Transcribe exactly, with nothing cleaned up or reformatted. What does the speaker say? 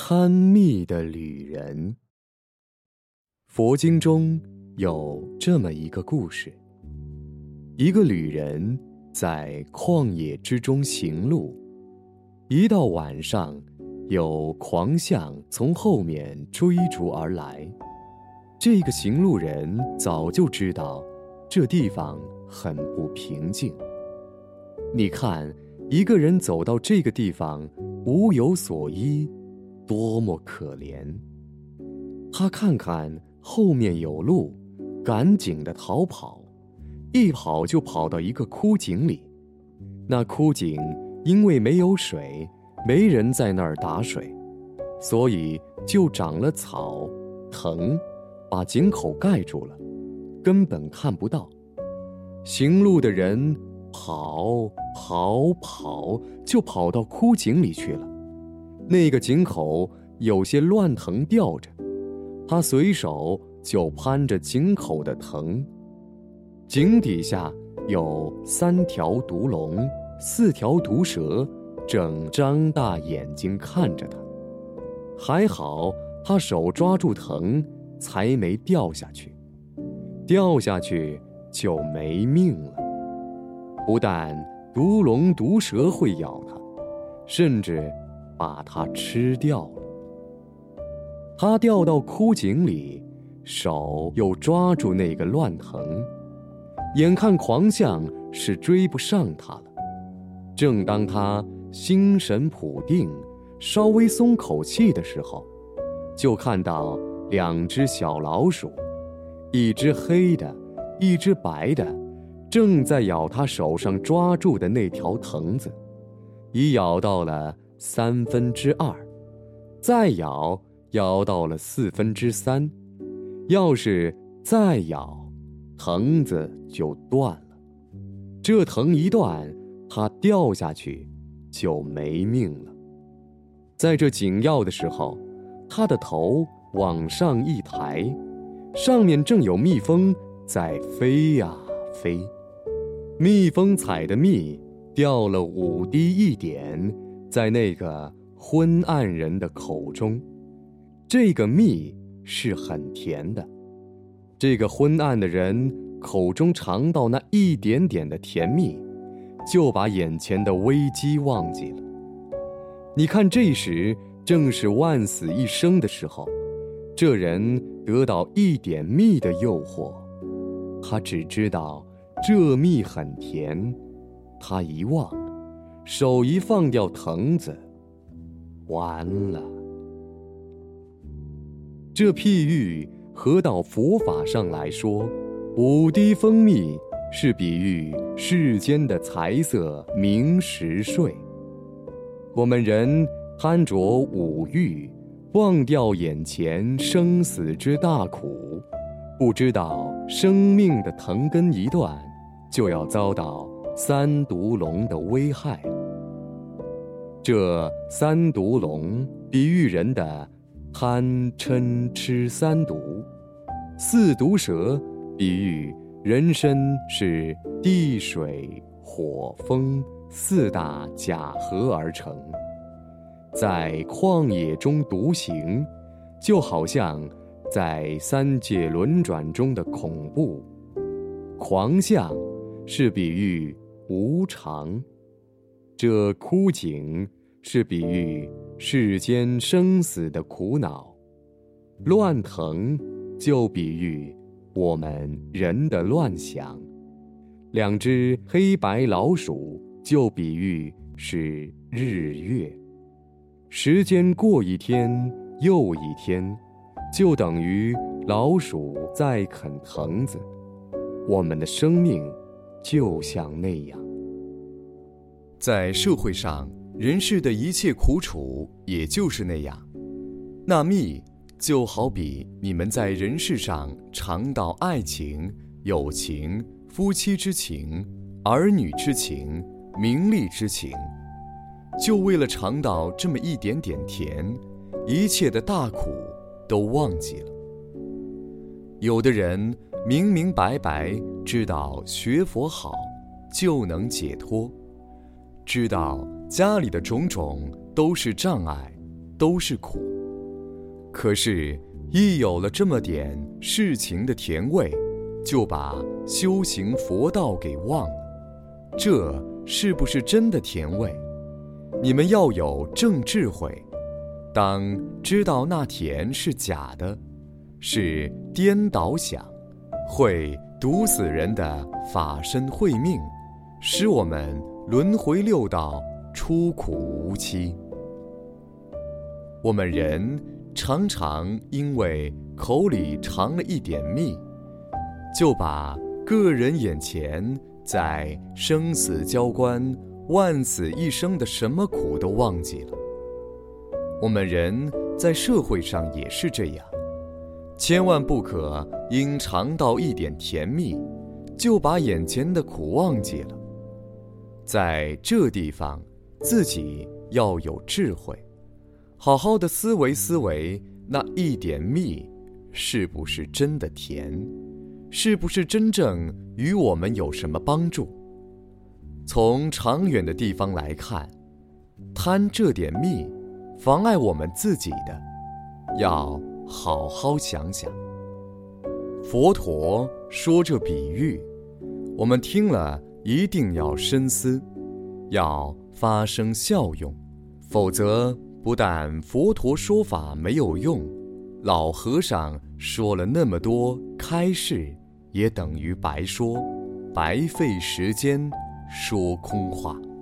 贪蜜的旅人。佛经中有这么一个故事，一个旅人在旷野之中行路，一到晚上，有狂象从后面追逐而来。这个行路人早就知道这地方很不平静。你看，一个人走到这个地方无有所依，多么可怜。他看看后面有路，赶紧地逃跑，一跑就跑到一个枯井里。那枯井因为没有水，没人在那儿打水，所以就长了草藤，把井口盖住了，根本看不到。行路的人跑跑跑，就跑到枯井里去了。那个井口有些乱藤吊着，他随手就攀着井口的藤。井底下有三条毒龙，四条毒蛇，正张大眼睛看着他。还好他手抓住藤，才没掉下去。掉下去就没命了。不但毒龙毒蛇会咬他，甚至把他吃掉了。他掉到枯井里，手又抓住那个乱藤，眼看狂象是追不上他了。正当他心神笃定，稍微松口气的时候，就看到两只小老鼠，一只黑的，一只白的，正在咬他手上抓住的那条藤子，已咬到了三分之二，再咬咬到了四分之三，要是再咬，藤子就断了。这藤一断，他掉下去就没命了。在这紧要的时候，他的头往上一抬，上面正有蜜蜂在飞呀飞。蜜蜂采的蜜掉了五滴一点，在那个昏暗人的口中。这个蜜是很甜的，这个昏暗的人口中尝到那一点点的甜蜜，就把眼前的危机忘记了。你看，这时正是万死一生的时候，这人得到一点蜜的诱惑，他只知道这蜜很甜，他一忘，手一放掉藤子，完了。这譬喻合到佛法上来说，五滴蜂蜜是比喻世间的财色名食睡。我们人贪着五欲，忘掉眼前生死之大苦，不知道生命的藤根一断，就要遭到三毒龙的危害。这三毒龙比喻人的贪嗔痴三毒，四毒蛇比喻人身是地水火风四大假合而成，在旷野中独行，就好像在三界轮转中的恐怖。狂象是比喻无常，这枯井是比喻世间生死的苦恼，乱藤就比喻我们人的乱想，两只黑白老鼠就比喻是日月。时间过一天又一天，就等于老鼠在啃藤子。我们的生命就像那样。在社会上，人世的一切苦楚也就是那样。那蜜就好比你们在人世上尝到爱情、友情、夫妻之情、儿女之情、名利之情，就为了尝到这么一点点甜，一切的大苦都忘记了。有的人明明白白知道学佛好，就能解脱，知道家里的种种都是障碍， 都是苦。可是，一有了这么点事情的甜味，就把修行佛道给忘了。这是不是真的甜味？你们要有正智慧，当知道那甜是假的，是颠倒想，会毒死人的法身慧命，使我们轮回六道，出苦无期。我们人常常因为口里尝了一点蜜，就把个人眼前在生死交关、万死一生的什么苦都忘记了。我们人在社会上也是这样，千万不可因尝到一点甜蜜，就把眼前的苦忘记了。在这地方，自己要有智慧，好好的思维思维，那一点蜜是不是真的甜？是不是真正与我们有什么帮助？从长远的地方来看，贪这点蜜，妨碍我们自己的，要好好想想。佛陀说这比喻，我们听了一定要深思，要发生效用，否则不但佛陀说法没有用，老和尚说了那么多开示，也等于白说，白费时间说空话。